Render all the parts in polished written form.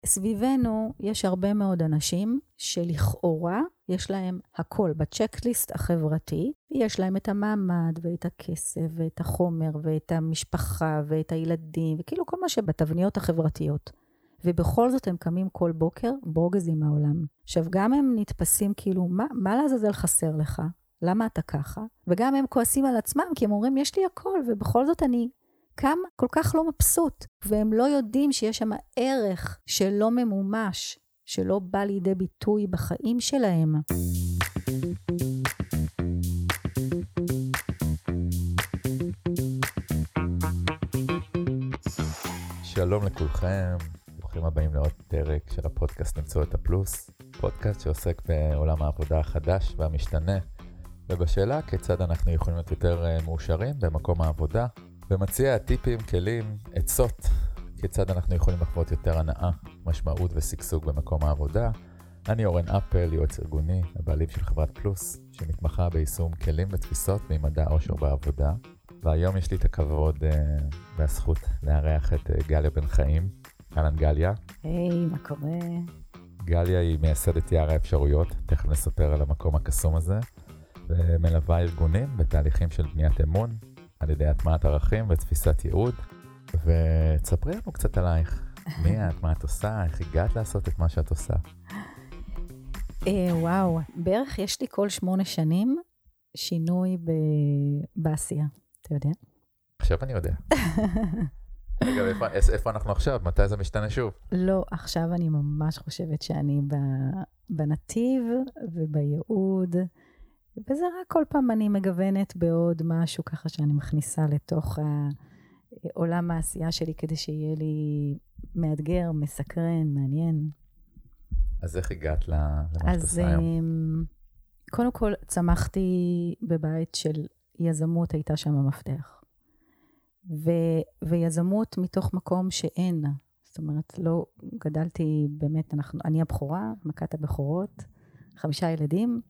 סביבנו יש הרבה מאוד אנשים שלכאורה יש להם הכל בצ'קליסט החברתי, יש להם את המעמד ואת הכסף ואת החומר ואת המשפחה ואת הילדים, וכאילו כל מה שבתבניות החברתיות. ובכל זאת הם קמים כל בוקר ברוגזים מהעולם. עכשיו גם הם נתפסים כאילו, מה לעזאזל חסר לך? למה אתה ככה? וגם הם כועסים על עצמם, כי הם אומרים, יש לי הכל, ובכל זאת אני קם כל כך לא מבסוט, והם לא יודעים שיש שם ערך שלא ממומש, שלא בא לידי ביטוי בחיים שלהם. שלום לכולכם, ברוכים הבאים לעוד פרק של הפודקאסט למצוא את הפלוס, פודקאסט שעוסק בעולם העבודה החדש והמשתנה, ובשאלה כיצד אנחנו יכולים להיות יותר מאושרים במקום העבודה, ומציע טיפים, כלים, עצות, כיצד אנחנו יכולים לחוות יותר הנאה, משמעות וסגסוג במקום העבודה. אני אורן אפל, יועץ ארגוני, הבעלים של חברת פלוס, שמתמחה ביישום כלים ותפיסות ממדע עושר בעבודה. והיום יש לי את הכבוד והזכות לארח את גליה בן חיים. אהלן גליה. היי, מה קורה? גליה היא מייסדת יער האפשרויות, תכף נספר על המקום הקסום הזה, ומלווה ארגונים בתהליכים של בניית אמון, על ידי הטמעת ערכים ותפיסת ייעוד, ותספרי לנו קצת עלייך. מי את, מה את עושה, איך הגעת לעשות את מה שאת עושה? וואו, בערך יש לי כל 8 שנים שינוי בעשייה, אתה יודע? עכשיו אני יודע. רגע, איפה אנחנו עכשיו? מתי זה משתנה שוב? לא, עכשיו אני ממש חושבת שאני בנתיב ובייעוד, וזה רק כל פעם אני מגוונת בעוד משהו ככה שאני מכניסה לתוך עולם העשייה שלי, כדי שיהיה לי מאתגר, מסקרן, מעניין. אז איך הגעת למה שאת עושה היום? קודם כל צמחתי בבית של יזמות, הייתה שם המפתח. ויזמות מתוך מקום שאין. זאת אומרת, לא גדלתי באמת, אני הבכורה, מכת הבכורות, 5 ילדים,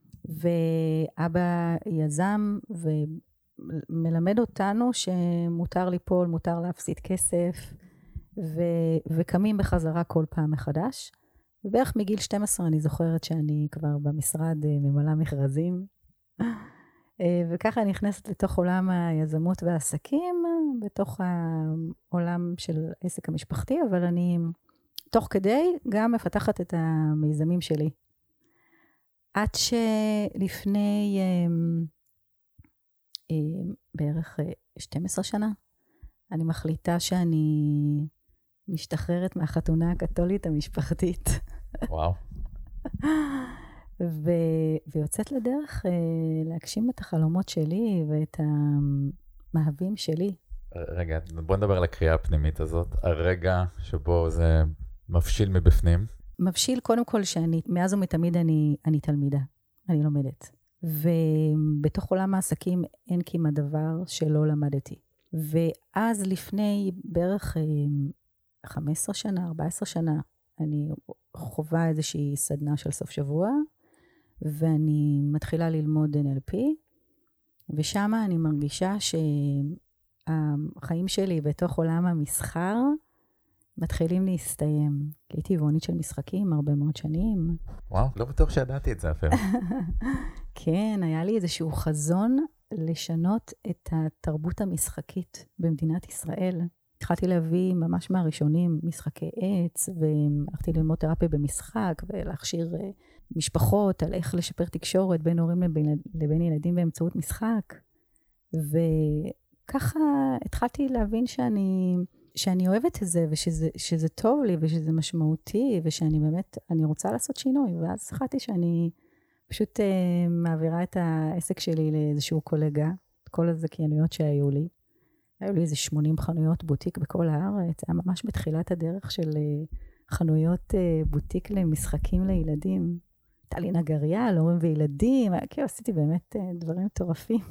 ואבא יזם ומלמד אותנו שמותר ליפול, מותר להפסיד כסף, וקמים בחזרה כל פעם מחדש. ובערך מגיל 12 אני זוכרת שאני כבר במשרד ממלא מכרזים, וככה אני נכנסת לתוך עולם היזמות והעסקים, בתוך העולם של העסק המשפחתי, אבל אני תוך כדי גם מפתחת את המיזמים שלי. עד שלפני בערך 12 שנה, אני מחליטה שאני משתחררת מהחתונה הקתולית המשפחתית. וואו. ויוצאת לדרך להגשים את החלומות שלי ואת המאהבים שלי. רגע, בוא נדבר על הקריאה הפנימית הזאת, הרגע שבו זה מבשיל מבפנים. מבשיל קודם כל שאני, מאז ומתמיד אני תלמידה, אני לומדת. ובתוך עולם העסקים אין כמעט דבר שלא למדתי. ואז לפני בערך 15 שנה, 14 שנה, אני חובה איזושהי סדנה של סוף שבוע, ואני מתחילה ללמוד NLP, ושם אני מרגישה שהחיים שלי בתוך עולם המסחר מתחילים להסתיים. הייתי טבעונית של משחקים הרבה מאוד שנים. וואו, לא בטוח שידעתי את זה אפילו. כן, היה לי איזשהו חזון לשנות את התרבות המשחקית במדינת ישראל. התחלתי להביא ממש מהראשונים משחקי עץ, והלכתי ללמוד תרפיה במשחק, ולהכשיר משפחות על איך לשפר תקשורת בין הורים לבין ילדים באמצעות משחק. וככה התחלתי להבין שאני אוהבת את זה, ושזה טוב לי, ושזה משמעותי, ושאני באמת, אני רוצה לעשות שינוי. ואז החלטתי שאני פשוט מעבירה את העסק שלי לאיזשהו קולגה, את כל הזכיינויות שהיו לי. היו לי איזה 80 חנויות בוטיק בכל הארץ, היה ממש בתחילת הדרך של חנויות בוטיק למשחקים לילדים. הייתה לי נגריה, להורים וילדים, כאילו עשיתי באמת דברים מטורפים.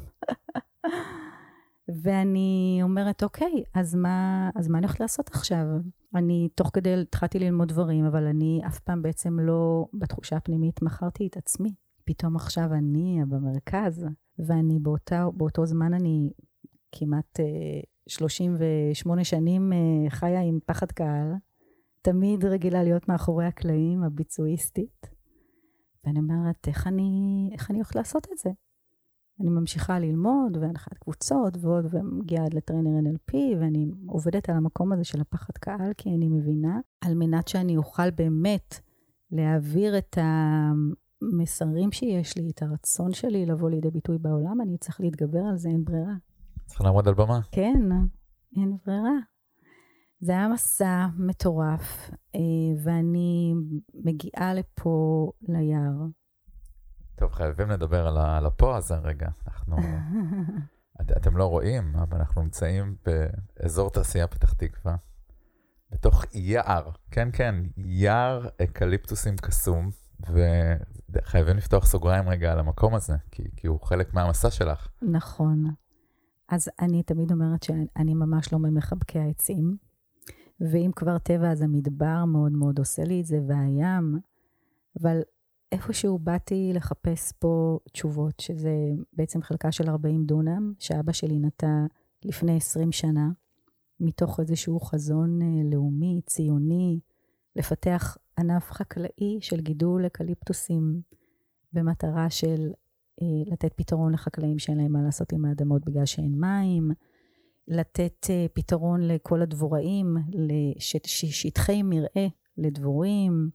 ואני אומרת, אוקיי, אז מה אני הולכת לעשות עכשיו? אני תוך כדי התחלתי ללמוד דברים, אבל אני אף פעם בעצם לא, בתחושה הפנימית, מכרתי את עצמי. פתאום עכשיו אני במרכז, ואני באותו זמן אני כמעט 38 שנים חיה עם פחד קהל, תמיד רגילה להיות מאחורי הקלעים, הביצועיסטית. ואני אומרת, איך אני הולכת לעשות את זה? אני ממשיכה ללמוד, והנחת קבוצות, ועוד, ומגיעה עד לטריינר NLP, ואני עובדת על המקום הזה של הפחד קהל, כי אני מבינה, על מנת שאני אוכל באמת להעביר את המסרים שיש לי, את הרצון שלי לבוא לידי ביטוי בעולם, אני צריך להתגבר על זה, אין ברירה. צריך לעמוד על במה. כן, אין ברירה. זה היה מסע מטורף, ואני מגיעה לפה ליער. טוב, חייבים לדבר על הפה הזה רגע. אתם לא רואים, אבל אנחנו נמצאים באזור תעשייה פתח תקווה, בתוך יער, כן, יער אקליפטוסים קסום, וחייבים לפתוח סוגריים רגע על המקום הזה, כי הוא חלק מהמסע שלך. נכון. אז אני תמיד אומרת שאני ממש לא ממחבקי העצים, ואם כבר טבע, אז המדבר מאוד מאוד עושה לי את זה, והים, אבל איפשהו באתי לחפש פה תשובות, שזה בעצם חלקה של 40 דונם, שאבא שלי נטע לפני 20 שנה, מתוך איזשהו חזון לאומי, ציוני, לפתח ענף חקלאי של גידול אקליפטוסים, במטרה של לתת פתרון לחקלאים שאין להם מה לעשות עם האדמות בגלל שאין מים, לתת פתרון לכל הדבוראים, לשטחי מרעה לדבורים,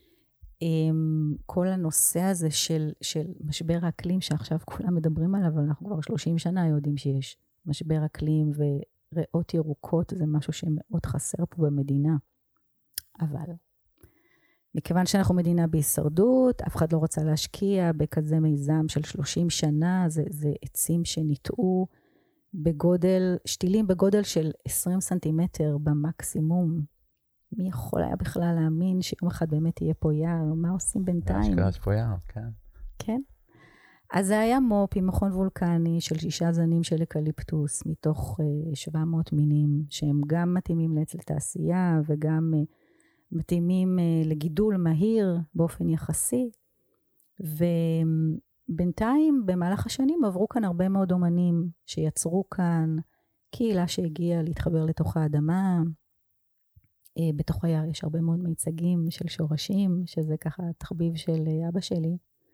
כל הנושא הזה של משבר האקלים שעכשיו כולם מדברים עליו, אבל אנחנו כבר 30 שנה יודעים שיש משבר אקלים וריאות ירוקות, זה משהו שמאוד חסר פה במדינה. אבל מכיוון שאנחנו מדינה בהישרדות, אף אחד לא רוצה להשקיע בכזה מיזם של 30 שנה, זה עצים שניטעו בגודל, שתילים בגודל של 20 סנטימטר במקסימום. מי יכול היה בכלל להאמין שיום אחד באמת יהיה פה יער? מה עושים בינתיים? יש פה יער, כן. כן. אז זה היה מופ עם מכון וולקני של 6 זנים של אקליפטוס, מתוך 700 מינים, שהם גם מתאימים לעץ לתעשייה, וגם מתאימים לגידול מהיר באופן יחסי. ובינתיים, במהלך השנים, עברו כאן הרבה מאוד אומנים שיצרו כאן קהילה שהגיעה להתחבר לתוך האדמה. בתוך היער יש הרבה מאוד מיצגים של שורשים, שזה ככה תחביב של אבא שלי.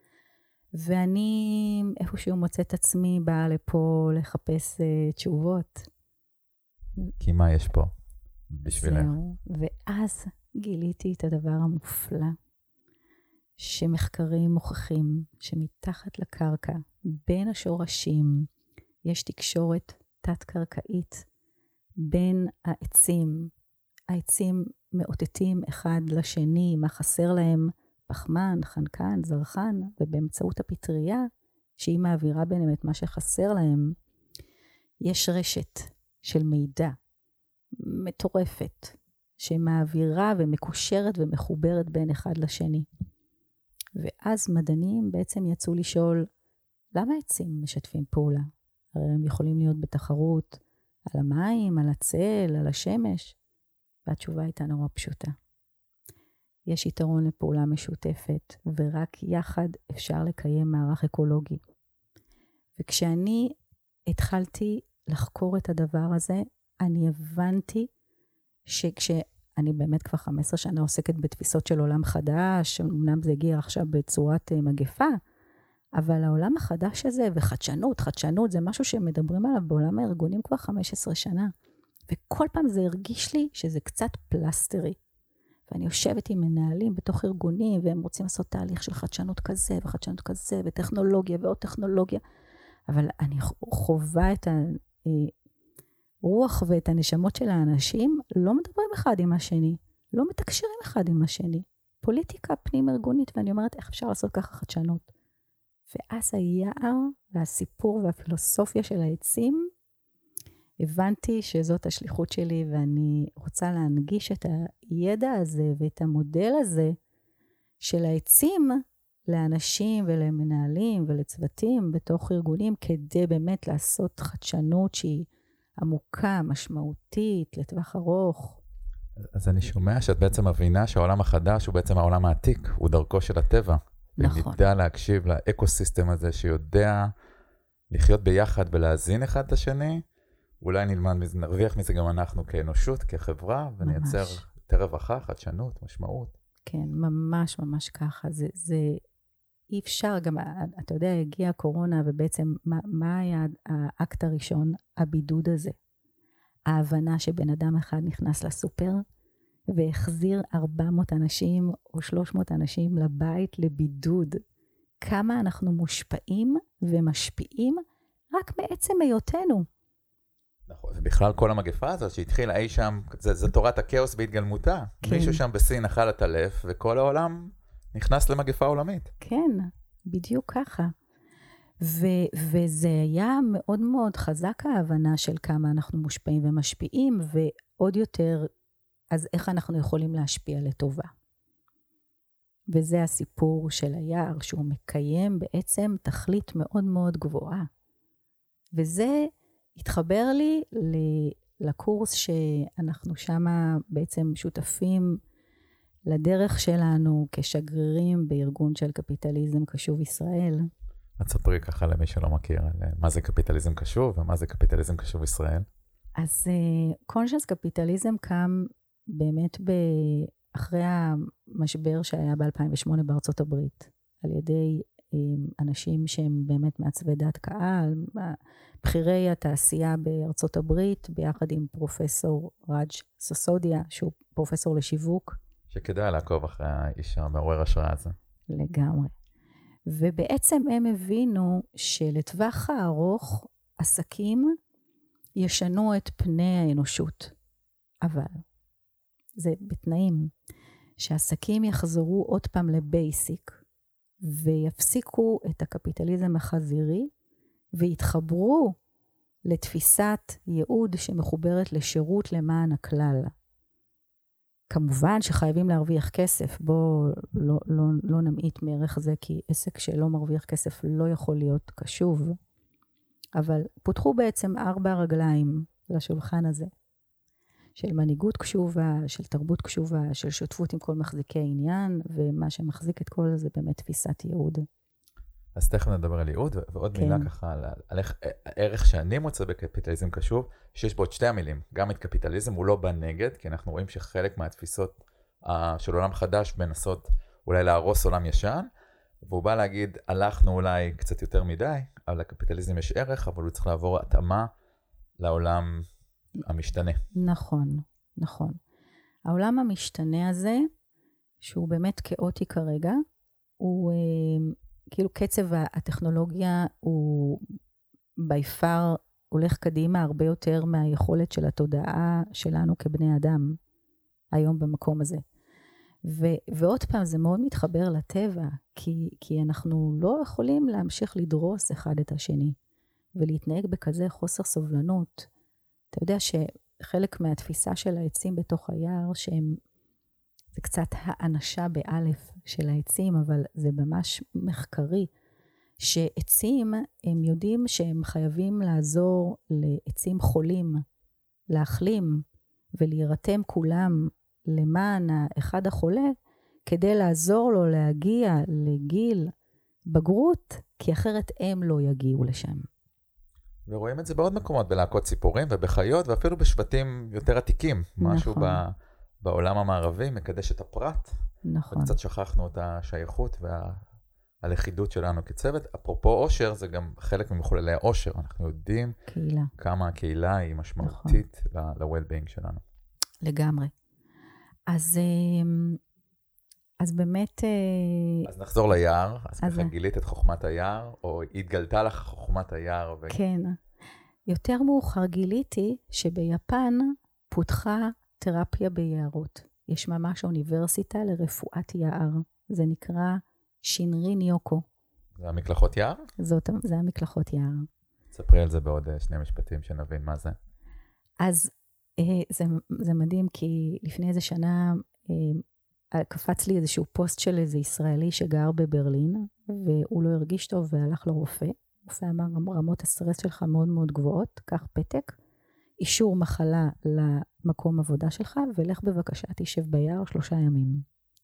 ואני איפשהו מוצאת עצמי באה לפה לחפש תשובות. כי מה יש פה בשבילך? זהו. ואז גיליתי את הדבר המופלא, שמחקרים מוכחים שמתחת לקרקע, בין השורשים, יש תקשורת תת-קרקעית בין העצים. העצים מאותתים אחד לשני, מה חסר להם, פחמן, חנקן, זרחן, ובאמצעות הפטריה, שהיא מעבירה ביניהם את מה שחסר להם, יש רשת של מידע מטורפת, שמעבירה ומקושרת ומחוברת בין אחד לשני. ואז מדענים בעצם יצאו לשאול, למה עצים משתפים פעולה? הרי הם יכולים להיות בתחרות על המים, על הצל, על השמש. והתשובה הייתה נורא פשוטה. יש יתרון לפעולה משותפת, ורק יחד אפשר לקיים מערך אקולוגי. וכשאני התחלתי לחקור את הדבר הזה, אני הבנתי שכשאני באמת כבר 15 שנה עוסקת בתפיסות של עולם חדש, אמנם זה הגיע עכשיו בצורת מגפה, אבל העולם החדש הזה וחדשנות, חדשנות זה משהו שמדברים עליו בעולם הארגונים כבר 15 שנה. וכל פעם זה הרגיש לי שזה קצת פלסטרי. ואני יושבת עם מנהלים בתוך ארגונים, והם רוצים לעשות תהליך של חדשנות כזה, וחדשנות כזה, וטכנולוגיה, ועוד טכנולוגיה. אבל אני חובה את הרוח ואת הנשמות של האנשים, לא מדברים אחד עם השני, לא מתקשרים אחד עם השני. פוליטיקה פנים ארגונית, ואני אומרת, איך אפשר לעשות ככה חדשנות? ואז היער, והסיפור והפילוסופיה של העצים, הבנתי שזאת השליחות שלי, ואני רוצה להנגיש את הידע הזה ואת המודל הזה של העצים לאנשים ולמנהלים ולצוותים בתוך ארגונים, כדי באמת לעשות חדשנות שהיא עמוקה, משמעותית, לטווח ארוך. אז אני שומע שאת בעצם מבינה שהעולם החדש הוא בעצם העולם העתיק, הוא דרכו של הטבע. נכון. ונדע להקשיב לאקוסיסטם הזה שיודע לחיות ביחד ולהזין אחד את השני, אולי נרוויח מזה גם אנחנו כאנושות, כחברה, ונייצר יותר רווחה, חדשנות, משמעות. כן, ממש ממש ככה. זה אי אפשר, גם, אתה יודע, הגיעה הקורונה, ובעצם מה היה האקט הראשון? הבידוד הזה. ההבנה שבן אדם אחד נכנס לסופר, והחזיר 400 אנשים או 300 אנשים לבית לבידוד. כמה אנחנו מושפעים ומשפיעים רק מעצם היותנו. נכון, ובכלל כל המגפה הזאת שהתחילה אי שם, זה תורת הכאוס בהתגלמותה. כן. מישהו שם בסין אכל את הלף, וכל העולם נכנס למגפה עולמית. כן, בדיוק ככה. וזה היה מאוד מאוד חזק ההבנה של כמה אנחנו מושפעים ומשפיעים, ועוד יותר, אז איך אנחנו יכולים להשפיע לטובה. וזה הסיפור של היער, שהוא מקיים בעצם תכלית מאוד מאוד גבוהה. וזה התחבר לי לקורס שאנחנו שמה בעצם שותפים לדרך שלנו כשגרירים בארגון של קפיטליזם קשוב ישראל. תספרי ככה למי שלא מכיר מה זה קפיטליזם קשוב ומה זה קפיטליזם קשוב ישראל. אז קונשנס קפיטליזם קם באמת אחרי המשבר שהיה ב-2008 בארצות הברית, על ידי אנשים שהם באמת מעצבי דעת קהל, בחירי התעשייה בארצות הברית, ביחד עם פרופסור ראג' ססודיה, שהוא פרופסור לשיווק. שכדאי לעקוב אחרי האיש המעורר השראה הזה. לגמרי. ובעצם הם הבינו שלטווח הארוך, עסקים ישנו את פני האנושות. אבל זה בתנאים שעסקים יחזרו עוד פעם לבייסיק, ויפסיקו את הקפיטליזם החזירי, ויתחברו לתפיסת ייעוד שמחוברת לשירות למען הכלל. כמובן שחייבים להרוויח כסף, בואו לא נמעיט מערך זה, כי עסק שלא מרוויח כסף לא יכול להיות קשוב, אבל פותחו בעצם 4 רגליים לשולחן הזה, של מנהיגות קשובה, של תרבות קשובה, של שותפות עם כל מחזיקי עניין, ומה שמחזיק את כל זה באמת תפיסת ייעוד. אז תכף נדבר על ייעוד, ועוד כן. מילה ככה על הערך שאני מוצא בקפיטליזם קשוב, שיש בו עוד 2 המילים. גם את קפיטליזם הוא לא בא נגד, כי אנחנו רואים שחלק מהתפיסות של עולם חדש מנסות אולי להרוס עולם ישן, והוא בא להגיד, הלכנו אולי קצת יותר מדי, אבל לקפיטליזם יש ערך, אבל הוא צריך לעבור התאמה לעולם המשתנה. נכון, נכון. העולם המשתנה הזה, שהוא באמת כאוטי כרגע, הוא כאילו קצב הטכנולוגיה הוא ביפר הולך קדימה הרבה יותר מהיכולת של התודעה שלנו כבני אדם היום במקום הזה. ועוד פעם זה מאוד מתחבר לטבע, כי אנחנו לא יכולים להמשיך לדרוס אחד את השני, ולהתנהג בכזה חוסר סובלנות. אתה יודע שחלק מהתפיסה של העצים בתוך היער, זה קצת האנשה באלף של העצים, אבל זה ממש מחקרי, שעצים הם יודעים שהם חייבים לעזור לעצים חולים, להחלים ולהירתם כולם למען האחד החולה, כדי לעזור לו להגיע לגיל בגרות, כי אחרת הם לא יגיעו לשם. ורואים את זה בעוד מקומות, בלהקות ציפורים ובחיות, ואפילו בשבטים יותר עתיקים. נכון. משהו בעולם המערבי מקדש את הפרט. נכון. וקצת שכחנו את השייכות והלכידות שלנו כצוות. אפרופו עושר, זה גם חלק ממחוללי העושר. אנחנו יודעים כמה הקהילה היא משמעותית ל-well-being שלנו. לגמרי. אז באמת... אז נחזור ליער. אז ככה גילית את חוכמת היער, או התגלתה לך חוכמת היער. כן. יותר מאוחר גיליתי שביפן פותחה תרפיה ביערות. יש ממש אוניברסיטה לרפואת יער. זה נקרא שינרין יוקו. זה המקלחות יער? זה המקלחות יער. ספרי על זה בעוד 2 משפטים שנבין מה זה. אז זה מדהים, כי לפני איזה שנה קפץ לי איזשהו פוסט של איזה ישראלי שגר בברלין, והוא לא הרגיש טוב והלך לרופא. רופא אמר, רמות הסטרס שלך מאוד מאוד גבוהות, קח פתק, אישור מחלה למקום עבודה שלך, ולך בבקשה תשב ביער 3 ימים.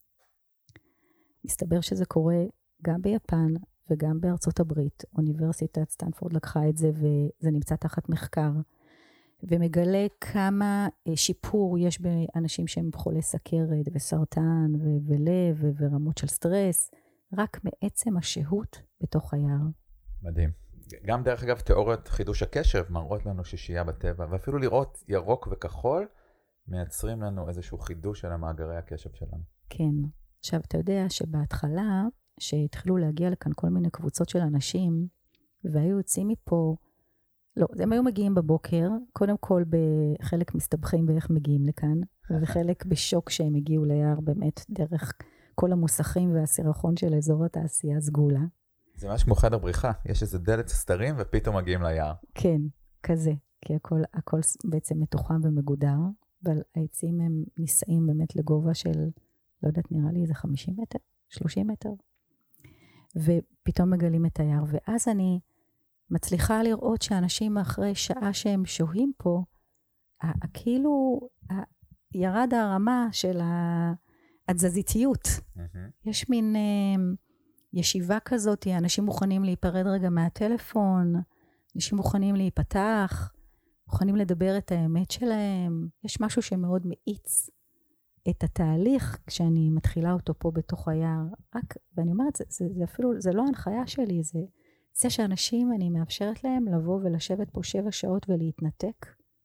מסתבר שזה קורה גם ביפן וגם בארצות הברית. אוניברסיטת סטנפורד לקחה את זה, וזה נמצא תחת מחקר. ומגלה כמה שיפור יש באנשים שהם חולי סכרת וסרטן ולב ורמות של סטרס, רק מעצם השהות בתוך היער. מדהים. גם דרך אגב תיאוריות חידוש הקשב מראות לנו ששייה בטבע, ואפילו לראות ירוק וכחול מייצרים לנו איזשהו חידוש של המאגרי הקשב שלנו. כן. עכשיו, אתה יודע שבהתחלה, שהתחילו להגיע לכאן כל מיני קבוצות של אנשים, והיו יוצאים מפה, לא, הם היו מגיעים בבוקר, קודם כל בחלק מסתבכים באיך מגיעים לכאן, וחלק בשוק שהם הגיעו ליער באמת דרך כל המוסכים והסירחון של אזור התעשייה סגולה. זה ממש כמו חדר בריחה, יש איזה דלת סתרים ופתאום מגיעים ליער. כן, כזה, כי הכל בעצם מתוחם ומגודר, אבל העצים הם נישאים באמת לגובה של, לא יודעת, נראה לי איזה 50 מטר, 30 מטר, ופתאום מגלים את היער, ואז אני מצליחה לראות שאנשים אחרי שעה שהם שוהים פה, כאילו ירד הרמה של התזזיתיות. יש מין ישיבה כזאת, אנשים מוכנים להיפרד רגע מהטלפון, אנשים מוכנים להיפתח, מוכנים לדבר את האמת שלהם. יש משהו שמאוד מאיץ את התהליך כשאני מתחילה אותו פה בתוך היער. ואני אומרת, זה אפילו, זה לא ההנחיה שלי, זה שאנשים, אני מאפשרת להם לבוא ולשבת פה 7 שעות ולהתנתק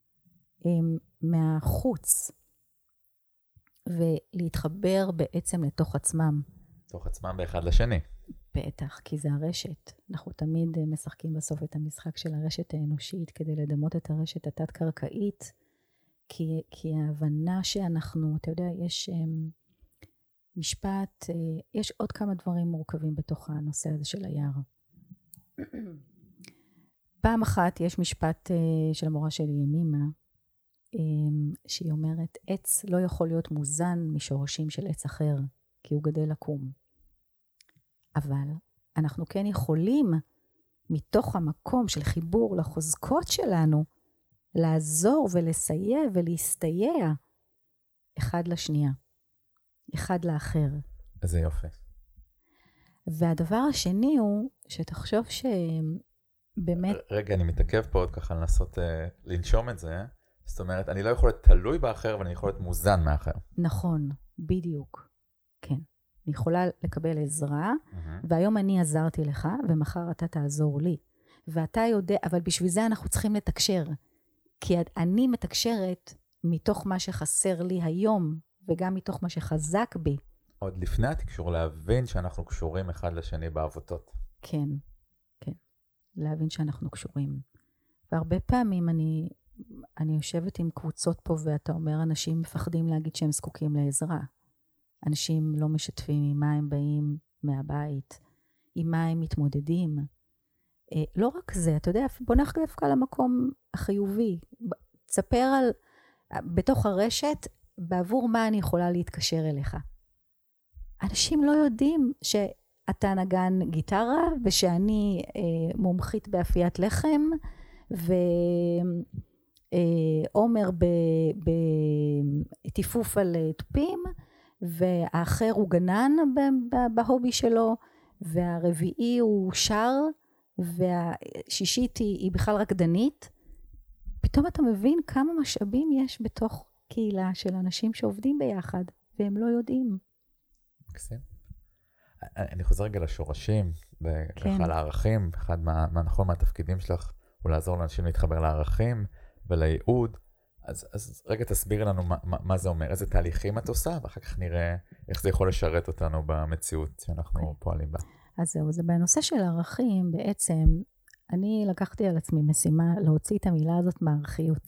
מהחוץ, ולהתחבר בעצם לתוך עצמם. לתוך עצמם באחד לשני. בטח, כי זה הרשת. אנחנו תמיד משחקים בסוף את המשחק של הרשת האנושית, כדי לדמות את הרשת התת-קרקעית, כי ההבנה שאנחנו, אתה יודע, יש משפט, יש עוד כמה דברים מורכבים בתוך הנושא הזה של היער. פעם אחת יש משפט של המורה שלי ימימה, שהיא אומרת, עץ לא יכול להיות מוזן משורשים של עץ אחר, כי הוא גדל לקום. אבל אנחנו כן יכולים, מתוך המקום של חיבור לחוזקות שלנו, לעזור ולסייע ולהסתייע אחד לשנייה, אחד לאחר. איזה יופי. והדבר השני הוא שתחשוב שבאמת... רגע, אני מתעכב פה עוד ככה לנסות לנשום את זה. זאת אומרת, אני לא יכול להיות תלוי באחר, אבל אני יכול להיות מוזן מאחר. נכון, בדיוק. כן. אני יכולה לקבל עזרה, והיום אני עזרתי לך, ומחר אתה תעזור לי. ואתה יודע, אבל בשביל זה אנחנו צריכים לתקשר. כי אני מתקשרת מתוך מה שחסר לי היום, וגם מתוך מה שחזק בי. עוד לפני התקשור, להבין שאנחנו קשורים אחד לשני בעבותות. כן, כן. להבין שאנחנו קשורים. והרבה פעמים אני יושבת עם קבוצות פה, ואתה אומר, אנשים מפחדים להגיד שהם זקוקים לעזרה. אנשים לא משתפים עם מה הם באים מהבית, עם מה הם מתמודדים. לא רק זה, אתה יודע, בוא נחכה דווקא למקום החיובי. תספר על, בתוך הרשת, בעבור מה אני יכולה להתקשר אליך. אנשים לא יודעים שאתה נגן גיטרה, ושאני מומחית באפיית לחם, ועומר בטיפוף על תופים, והאחר הוא גנן בהובי שלו, והרביעי הוא שר, והשישית היא בכלל רקדנית. פתאום אתה מבין כמה משאבים יש בתוך קהילה של אנשים שעובדים ביחד, והם לא יודעים. מקסים. אני חוזר רגע לשורשים, וככה לערכים. אחד נכון מהתפקידים שלך הוא לעזור לאנשים להתחבר לערכים ולייעוד. אז רגע תסביר לנו מה זה אומר, איזה תהליכים את עושה, ואחר כך נראה איך זה יכול לשרת אותנו במציאות שאנחנו פועלים בה. אז זהו, זה בנושא של ערכים, בעצם אני לקחתי על עצמי משימה להוציא את המילה הזאת מערכיות.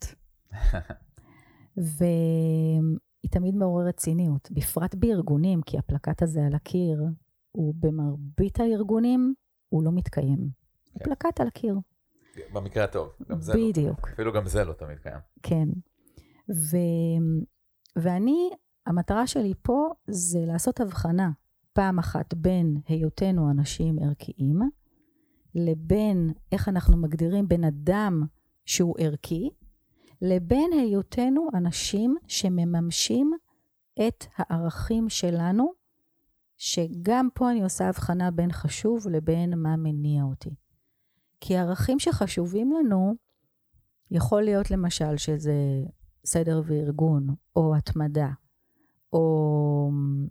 והיא תמיד מעוררת ציניות, בפרט בארגונים, כי הפלקט הזה על הקיר, הוא במרבית הארגונים, הוא לא מתקיים. הוא פלקט על הקיר. במקרה הטוב, גם זה בדיוק. לא. אפילו גם זה לא תמיד קיים. כן. ואני, המטרה שלי פה זה לעשות הבחנה, פעם אחת בין היותנו אנשים ערכיים, לבין איך אנחנו מגדירים בן אדם שהוא ערכי, לבין היותנו אנשים שמממשים את הערכים שלנו, שגם פה אני עושה הבחנה בין חשוב לבין מה מניע אותי. כי הערכים שחשובים לנו, יכול להיות למשל שזה סדר וארגון, או התמדה, או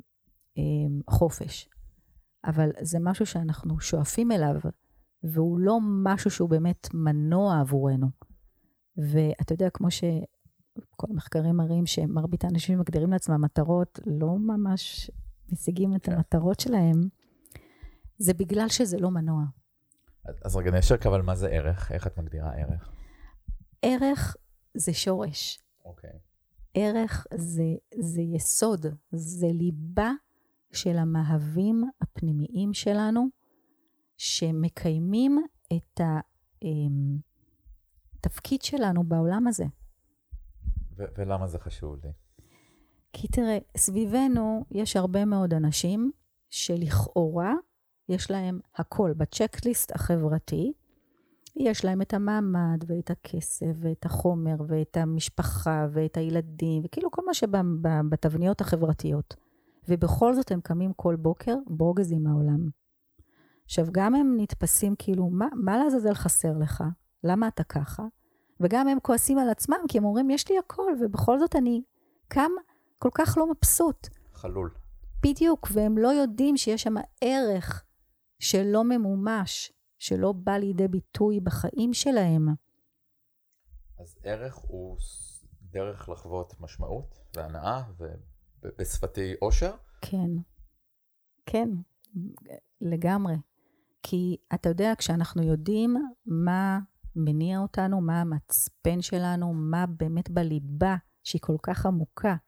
חופש. אבל זה משהו שאנחנו שואפים אליו, והוא לא משהו שהוא באמת מנוע עבורנו. ואתה יודע, כמו שכל המחקרים מראים שמרבית האנשים שמגדירים לעצמם מטרות, לא ממש משיגים את המטרות שלהם, זה בגלל שזה לא מנוע. אז רגע, נשאר אבל מה זה ערך? איך את מגדירה ערך? ערך זה שורש. אוקיי. ערך זה יסוד, זה ליבה של המאהבים הפנימיים שלנו, שמקיימים את התפקיד שלנו בעולם הזה. ולמה זה חשוב לי? כי תראה, סביבנו יש הרבה מאוד אנשים שלכאורה יש להם הכל בצ'קליסט החברתי, יש להם את המעמד ואת הכסף ואת החומר ואת המשפחה ואת הילדים, וכאילו כל מה שבתבניות החברתיות. ובכל זאת הם קמים כל בוקר ברוגזים מהעולם. עכשיו, גם הם נתפסים כאילו, מה לעזאזל חסר לך? למה אתה ככה? וגם הם כועסים על עצמם, כי הם אומרים, יש לי הכל, ובכל זאת אני קם כל כך לא מבסוט. חלול. בדיוק, והם לא יודעים שיש שם ערך שלא ממומש, שלא בא לידי ביטוי בחיים שלהם. אז ערך הוא דרך לחוות משמעות והנאה, ובשפתי אושר? כן, כן, לגמרי. כי אתה יודע, כשאנחנו יודעים מה מניע אותנו, מה המצפן שלנו, מה באמת בליבה שהיא כל כך עמוקה,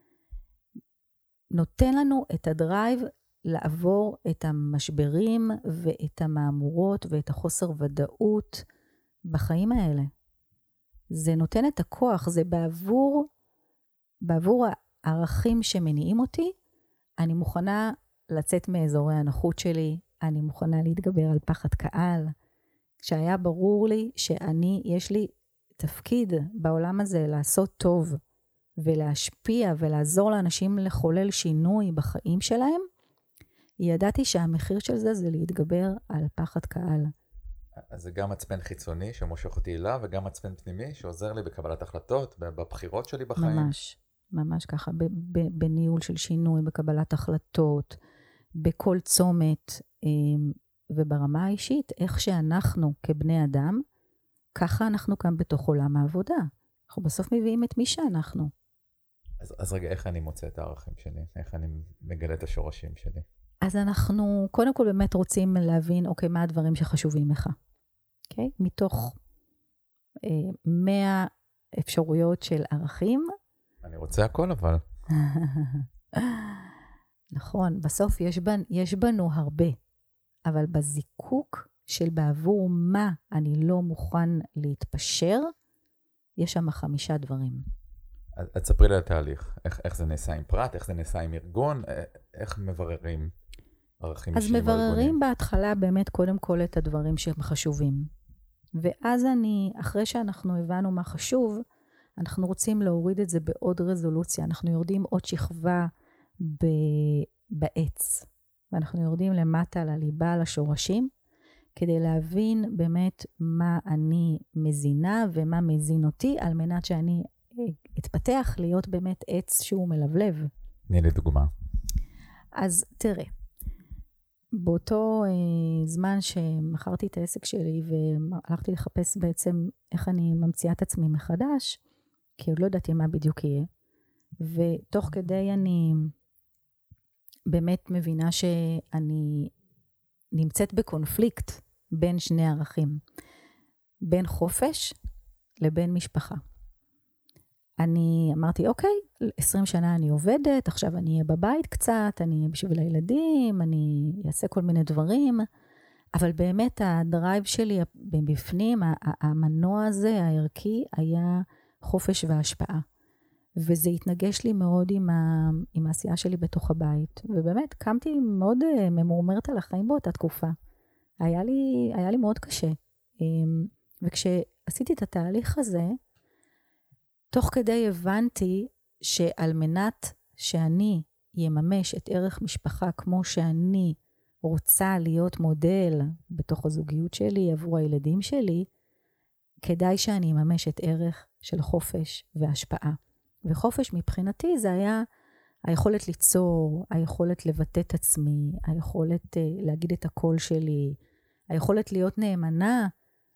נותן לנו את הדרייב לעבור את המשברים ואת המאמורות ואת החוסר ודאות בחיים האלה. זה נותן את הכוח, זה בעבור הערכים שמניעים אותי, אני מוכנה לצאת מאזורי הנוחות שלי, אני מוכנה להתגבר על פחד קהל, כשהיה ברור לי יש לי תפקיד בעולם הזה לעשות טוב, ולהשפיע ולעזור לאנשים לחולל שינוי בחיים שלהם, ידעתי שהמחיר של זה להתגבר על פחד קהל. אז זה גם מצפן חיצוני שמושך אותי אליו, וגם מצפן פנימי שעוזר לי בקבלת החלטות, בבחירות שלי בחיים. ממש, ממש ככה, בניהול של שינוי, בקבלת החלטות, בכל צומת, וברמה האישית, איך שאנחנו כבני אדם, ככה אנחנו כאן בתוך עולם העבודה. אנחנו בסוף מביאים את מי שאנחנו. אז רגע, איך אני מוצא את הערכים שלי? איך אני מגלה את השורשים שלי? אז אנחנו קודם כל באמת רוצים להבין, אוקיי, מה הדברים שחשובים לך? אוקיי? מתוך 100 אפשרויות של ערכים. אני רוצה הכל אבל. נכון, בסוף יש בנו הרבה, אבל בזיקוק של בעבור מה אני לא מוכן להתפשר, יש שם 5 דברים. אז תספרי לי על התהליך, איך זה נעשה עם פרט, איך זה נעשה עם ארגון, איך מבררים ערכים אישיים בארגונים? אז מבררים בהתחלה באמת קודם כל את הדברים שהם חשובים. ואז אחרי שאנחנו הבנו מה חשוב, אנחנו רוצים להוריד את זה בעוד רזולוציה. אנחנו יורדים עוד שכבה בעץ. ואנחנו יורדים למטה לליבה, לשורשים, כדי להבין באמת מה אני מזינה ומה מזין אותי, על מנת שאני התפתח להיות באמת עץ שהוא מלבלב. תני לי דוגמה. אז תראה, באותו זמן שמכרתי את העסק שלי, והלכתי לחפש בעצם איך אני ממציאה את עצמי מחדש, כי עוד לא ידעתי מה בדיוק יהיה, ותוך כדי אני באמת מבינה שאני נמצאת בקונפליקט בין שני ערכים, בין חופש לבין משפחה. אני אמרתי, אוקיי, 20 שנה אני עובדת, עכשיו אני אהיה בבית קצת, אני אהיה בשביל הילדים, אני אעשה כל מיני דברים, אבל באמת הדרייב שלי בפנים, המנוע הזה, הערכי, היה חופש והשפעה. וזה התנגש לי מאוד עם העשייה שלי בתוך הבית. ובאמת, קמתי מאוד ממורמרת על החיים באותה תקופה. היה לי מאוד קשה. וכשעשיתי את התהליך הזה, תוך כדי הבנתי שעל מנת שאני יממש את ערך משפחה כמו שאני רוצה להיות מודל בתוך הזוגיות שלי עבור הילדים שלי, כדאי שאני אממש את ערך של חופש והשפעה. וחופש מבחינתי זה היה היכולת ליצור, היכולת לבטא את עצמי, היכולת להגיד את הקול שלי, היכולת להיות נאמנה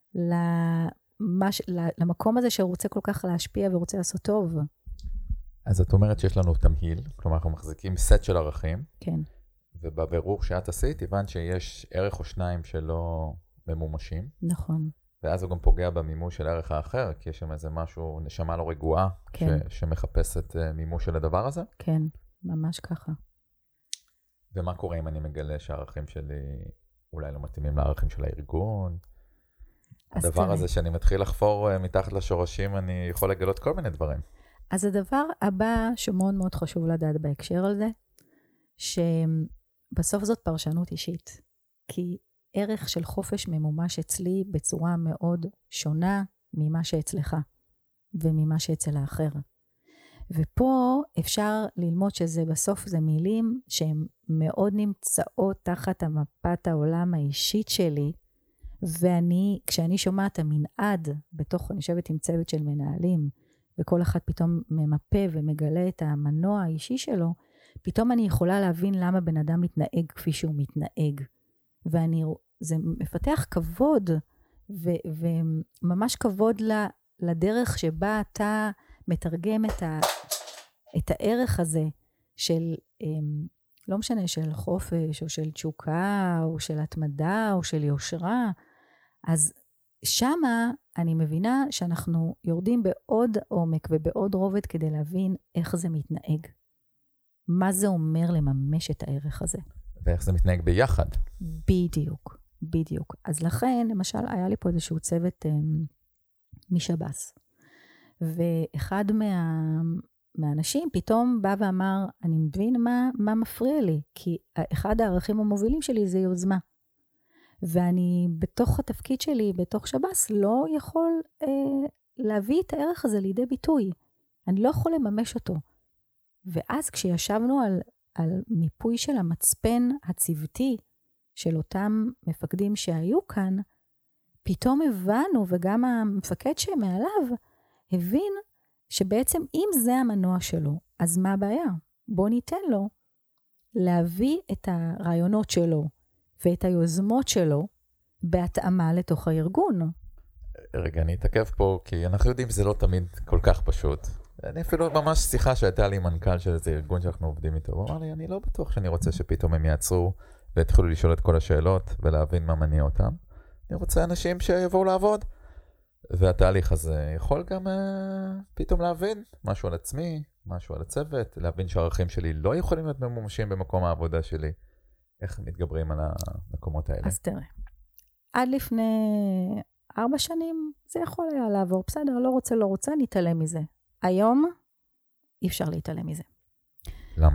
למקום הזה שרוצה כל כך להשפיע ורוצה לעשות טוב. אז את אומרת שיש לנו תמהיל, כלומר אנחנו מחזיקים סט של ערכים. כן. ובבירור שאת עשית, הבנת שיש ערך או שניים שלא ממומשים. נכון. ואז הוא גם פוגע במימוש של הערך האחר, כי יש שם איזה משהו, נשמה לא רגועה, כן. שמחפשת מימוש של הדבר הזה. כן, ממש ככה. ומה קורה אם אני מגלה שהערכים שלי אולי לא מתאימים לערכים של הארגון? הדבר הזה שאני מתחיל לחפור מתחת לשורשים, אני יכול לגלות כל מיני דברים. אז הדבר הבא שמאוד מאוד חשוב לדעת בהקשר על זה, שבסוף זאת פרשנות אישית. כי ערך של חופש ממומש אצלי בצורה מאוד שונה ממה שאצלך, וממה שאצל האחר. ופה אפשר ללמוד שזה בסוף זה מילים שהן מאוד נמצאות תחת המפת העולם האישית שלי, כשאני שומעת המנעד בתוך, אני יושבת עם צוות של מנהלים, וכל אחד פתאום ממפה ומגלה את המנוע האישי שלו, פתאום אני יכולה להבין למה בן אדם מתנהג כפי שהוא מתנהג. זה מפתח כבוד, וממש כבוד לדרך שבה אתה מתרגם את הערך הזה של, לא משנה, של חופש, או של תשוקה, או של התמדה, או של יושרה. אז שמה אני מבינה שאנחנו יורדים בעוד עומק ובעוד רובד כדי להבין איך זה מתנהג. מה זה אומר לממש את הערך הזה. ואיך זה מתנהג ביחד. בדיוק, בדיוק. אז לכן, למשל, היה לי פה איזשהו צוות משב"ס. ואחד מהאנשים פתאום בא ואמר, אני מבין מה מפריע לי, כי אחד הערכים המובילים שלי זה יוזמה. ואני בתוך התפקיד שלי, בתוך שב"ס, לא יכול להביא את הערך הזה לידי ביטוי. אני לא יכול לממש אותו. ואז כשישבנו על מיפוי של המצפן הצוותי של אותם מפקדים שהיו כאן, פתאום הבנו, וגם המפקד שמעליו הבין שבעצם אם זה המנוע שלו, אז מה הבעיה? בוא ניתן לו להביא את הרעיונות שלו ואת היוזמות שלו בהתאמה לתוך הארגון. רגע, אני אתעכב פה, כי אנחנו יודעים שזה לא תמיד כל כך פשוט. אני אפילו ממש שיחה שהייתה לי מנכ"ל של איזה ארגון שאנחנו עובדים איתו, הוא אמר לי, אני לא בטוח שאני רוצה שפתאום הם יעצרו והתחילו לשאול את כל השאלות ולהבין מה מניע אותם. אני רוצה אנשים שיבואו לעבוד. והתהליך הזה יכול גם פתאום להבין משהו על עצמי, משהו על הצוות, להבין שהערכים שלי לא יכולים להיות ממומשים במקום העבודה שלי. איך מתגברים על המקומות האלה? אז תראה, עד לפני 4 שנים זה יכול היה לעבור, בסדר, לא רוצה, נתעלם מזה. היום אי אפשר להתעלם מזה. למה?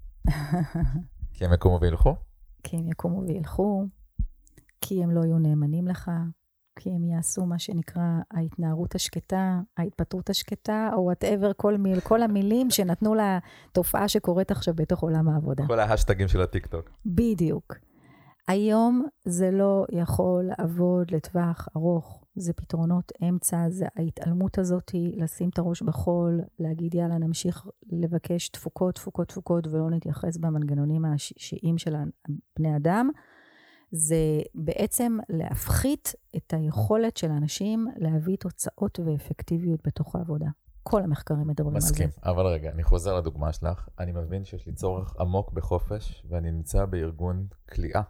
כי הם יקומו וילכו? כי הם יקומו וילכו, כי הם לא יהיו נאמנים לך, כי הם יעשו מה שנקרא ההתנערות השקטה, ההתפטרות השקטה, או whatever, כל המילים שנתנו לתופעה שקורית עכשיו בתוך עולם העבודה. כל ההשטגים של הטיק-טוק. בדיוק. היום זה לא יכול לעבוד לטווח ארוך, זה פתרונות אמצע, זה ההתעלמות הזאת, לשים את הראש בחול, להגיד יאללה נמשיך לבקש תפוקות, ולא נתייחס במנגנונים האישיים של בני אדם, זה בעצם להפחית את היכולת של האנשים להביא תוצאות ואפקטיביות בתוך העבודה. כל המחקרים מדברים על זה. מסכים, אבל רגע, אני חוזר לדוגמה שלך, אני מבין שיש לי צורך עמוק בחופש, ואני נמצא בארגון כליאה,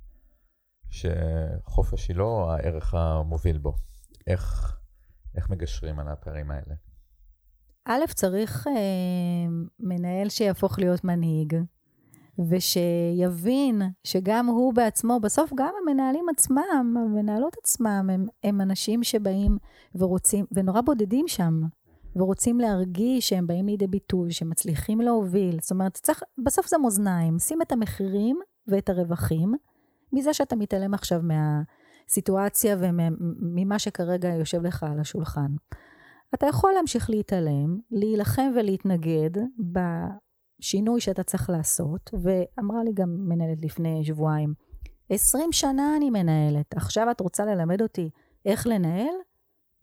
שחופש היא לא הערך המוביל בו. איך מגשרים על הפערים האלה? א', צריך מנהל שיהפוך להיות מנהיג, ושיבין שגם הוא בעצמו, בסוף גם המנהלים עצמם, המנהלות עצמם, הם אנשים שבאים ורוצים, ונורא בודדים שם, ורוצים להרגיש שהם באים לידי ביטוי, שמצליחים להוביל. זאת אומרת, בסוף זה מאזניים, שים את המחירים ואת הרווחים, מזה שאתה מתעלם עכשיו מהסיטואציה וממה שכרגע יושב לך על השולחן. אתה יכול להמשיך להתעלם, להילחם ולהתנגד בשינוי שאתה צריך לעשות, ואמרה לי גם מנהלת לפני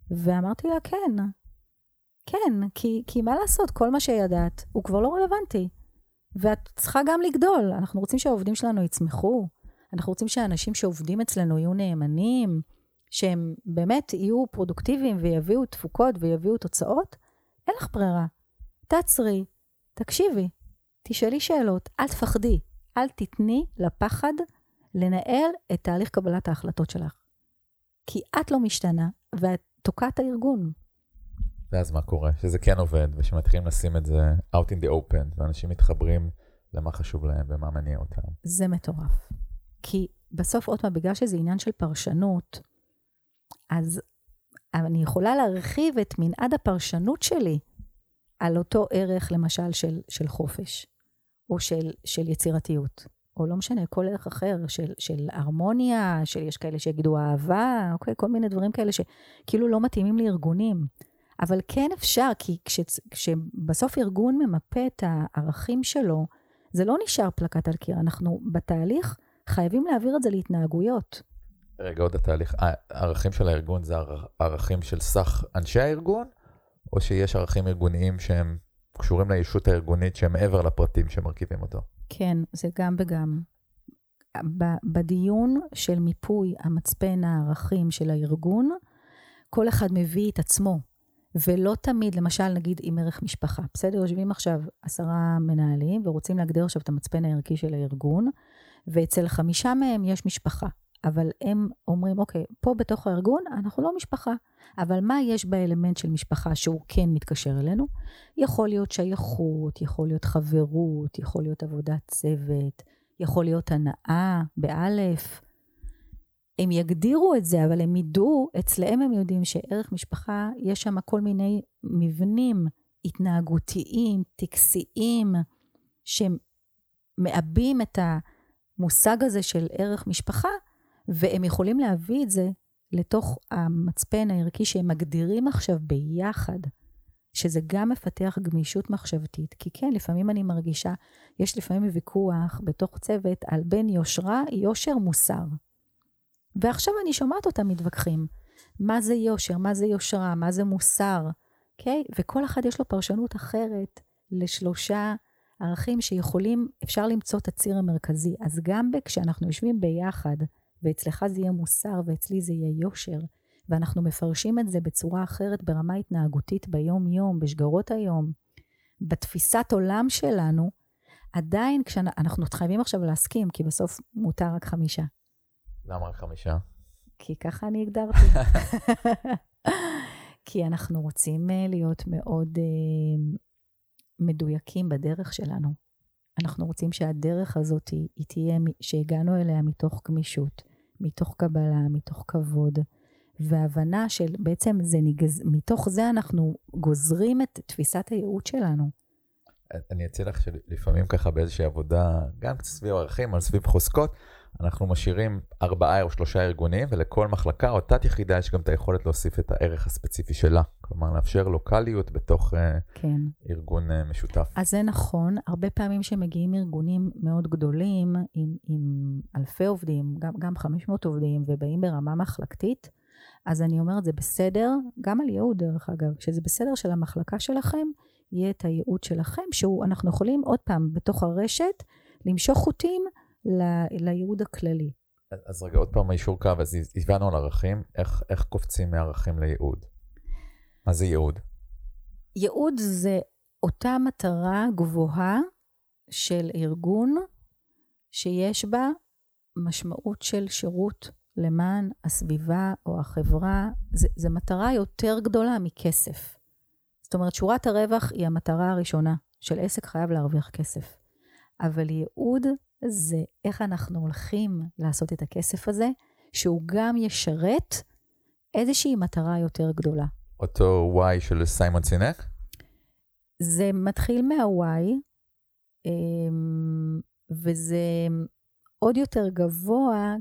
ואמרתי לה, כן, כי מה לעשות, כל מה שידעת הוא כבר לא רלוונטי. ואת צריכה גם לגדול. אנחנו רוצים שהעובדים שלנו יצמחו, אנחנו רוצים שהאנשים שעובדים אצלנו יהיו נאמנים, שהם באמת יהיו פרודוקטיביים ויביאו תפוקות ויביאו תוצאות. אין לך ברירה. תעצרי, תקשיבי, תשאלי שאלות, אל תפחדי, אל תתני לפחד לנהל את תהליך קבלת ההחלטות שלך. כי את לא משתנה, ואת תוקעת הארגון. ואז מה קורה? שזה כן עובד, ושמתחילים לשים את זה out in the open, ואנשים מתחברים למה חשוב להם ומה מניע אותם. זה מטורף. כי בסוף עוד פעם, בגלל שזה עניין של פרשנות, אז אני יכולה להרחיב את מנעד הפרשנות שלי על אותו ערך, למשל, של חופש, או של יצירתיות, או לא משנה, כל ערך אחר, של הרמוניה, יש כאלה שיגידו אהבה, אוקיי, כל מיני דברים כאלה שכאילו לא מתאימים לארגונים. אבל כן אפשר, כי כשבסוף ארגון ממפה את הערכים שלו, זה לא נשאר פלקט על קיר, אנחנו בתהליך חייבים להעביר את זה להתנהגויות. רגע, עוד התהליך, הערכים של הארגון זה ערכים של סך אנשי הארגון, או שיש ערכים ארגוניים שהם קשורים לישות הארגונית, שהם מעבר לפרטים שמרכיבים אותו? כן, זה גם וגם. בדיון של מיפוי המצפן הערכים של הארגון, כל אחד מביא את עצמו, ולא תמיד, למשל נגיד עם ערך משפחה. בסדר, יושבים עכשיו 10 מנהלים, ורוצים להגדיר עכשיו את המצפן הערכי של הארגון, ואצל 5 מהם יש משפחה. אבל הם אומרים, אוקיי, פה בתוך הארגון אנחנו לא משפחה, אבל מה יש באלמנט של משפחה שהוא כן מתקשר אלינו? יכול להיות שייכות, יכול להיות חברות, יכול להיות עבודת צוות, יכול להיות הנאה, באלף. הם יגדירו את זה, אבל הם ידעו, אצלהם הם יודעים שערך משפחה, יש שם כל מיני מבנים התנהגותיים, טקסיים, שמאבים את המושג הזה של ערך משפחה, והם יכולים להביא את זה לתוך המצפן הערכי שהם מגדירים עכשיו ביחד, שזה גם מפתח גמישות מחשבתית, כי כן, לפעמים אני מרגישה, יש לפעמים ויכוח בתוך צוות על בין יושרה, יושר, מוסר. ועכשיו אני שומעת אותם מתווכחים, מה זה יושר, מה זה יושרה, מה זה מוסר, okay? וכל אחד יש לו פרשנות אחרת ל3 ערכים שיכולים, אפשר למצוא את הציר המרכזי, אז גם כשאנחנו יושבים ביחד, ואצלך זה יהיה מוסר, ואצלי זה יהיה יושר, ואנחנו מפרשים את זה בצורה אחרת, ברמה התנהגותית ביום-יום, בשגרות היום, בתפיסת עולם שלנו, עדיין כשאנחנו חייבים עכשיו להסכים, כי בסוף מותר רק 5. למה רק 5? כי ככה אני הגדרתי. כי אנחנו רוצים להיות מאוד מדויקים בדרך שלנו. אנחנו רוצים שהדרך הזאת היא תהיה, שהגענו אליה מתוך גמישות, מתוך קבלה, מתוך כבוד, והבנה של בעצם מתוך זה אנחנו גוזרים את תפיסת הייעוד שלנו. אני אציע לך שלפעמים ככה באיזושהי עבודה, גם קצת סביב ערכים, על סביב חוזקות, אנחנו משאירים 4 או 3 ארגונים, ולכל מחלקה או תת יחידה יש גם את היכולת להוסיף את הערך הספציפי שלה. כלומר, לאפשר לוקליות בתוך כן. ארגון משותף. אז זה נכון, הרבה פעמים שמגיעים ארגונים מאוד גדולים, עם אלפי עובדים, גם 500 עובדים, ובאים ברמה מחלקתית, אז אני אומרת, זה בסדר, גם על ייעוד דרך אגב, שזה בסדר של המחלקה שלכם, יהיה את הייעוד שלכם, אנחנו יכולים עוד פעם בתוך הרשת, למשוך חוטים לייעוד הכללי. אז רגע, עוד פעם הישור קו, אז הבנו על ערכים, איך קופצים מערכים לייעוד? מה זה ייעוד? ייעוד זה אותה מטרה גבוהה של ארגון, שיש בה משמעות של שירות למען הסביבה או החברה, זה מטרה יותר גדולה מכסף. זאת אומרת, שורת הרווח היא המטרה הראשונה, של עסק חייב להרוויח כסף. אבל ייעוד זה איך אנחנו הולכים לעשות את הכסף הזה, שהוא גם ישרת איזושהי מטרה יותר גדולה. אותו Y של סיימון סינק? זה מתחיל מה-Y, וזה עוד יותר גבוה,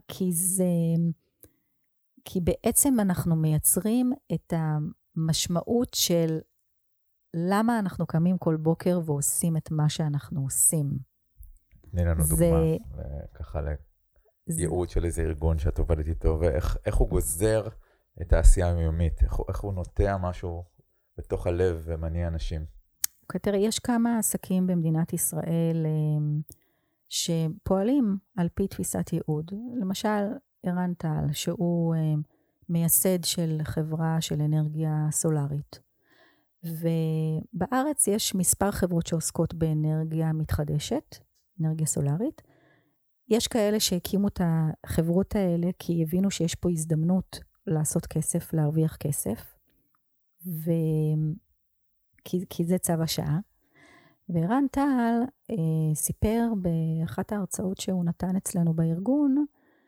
כי בעצם אנחנו מייצרים את המשמעות של למה אנחנו קמים כל בוקר ועושים את מה שאנחנו עושים. תני לנו דוגמה, ככה לייעוד של איזה ארגון שאת עובדת איתו, ואיך הוא גוזר את העשייה היומית? איך הוא נוטע משהו בתוך הלב ומניע אנשים? תראה, יש כמה עסקים במדינת ישראל שפועלים על פי תפיסת ייעוד. למשל, ערן טל, שהוא מייסד של חברה של אנרגיה סולרית. ובארץ יש מספר חברות שעוסקות באנרגיה מתחדשת, אנרגיה סולרית. יש כאלה שהקימו את החברות האלה כי הבינו שיש פה הזדמנות לעשות כסף, להרוויח כסף, כי זה צו השעה. וערן טל סיפר באחת ההרצאות שהוא נתן אצלנו בארגון,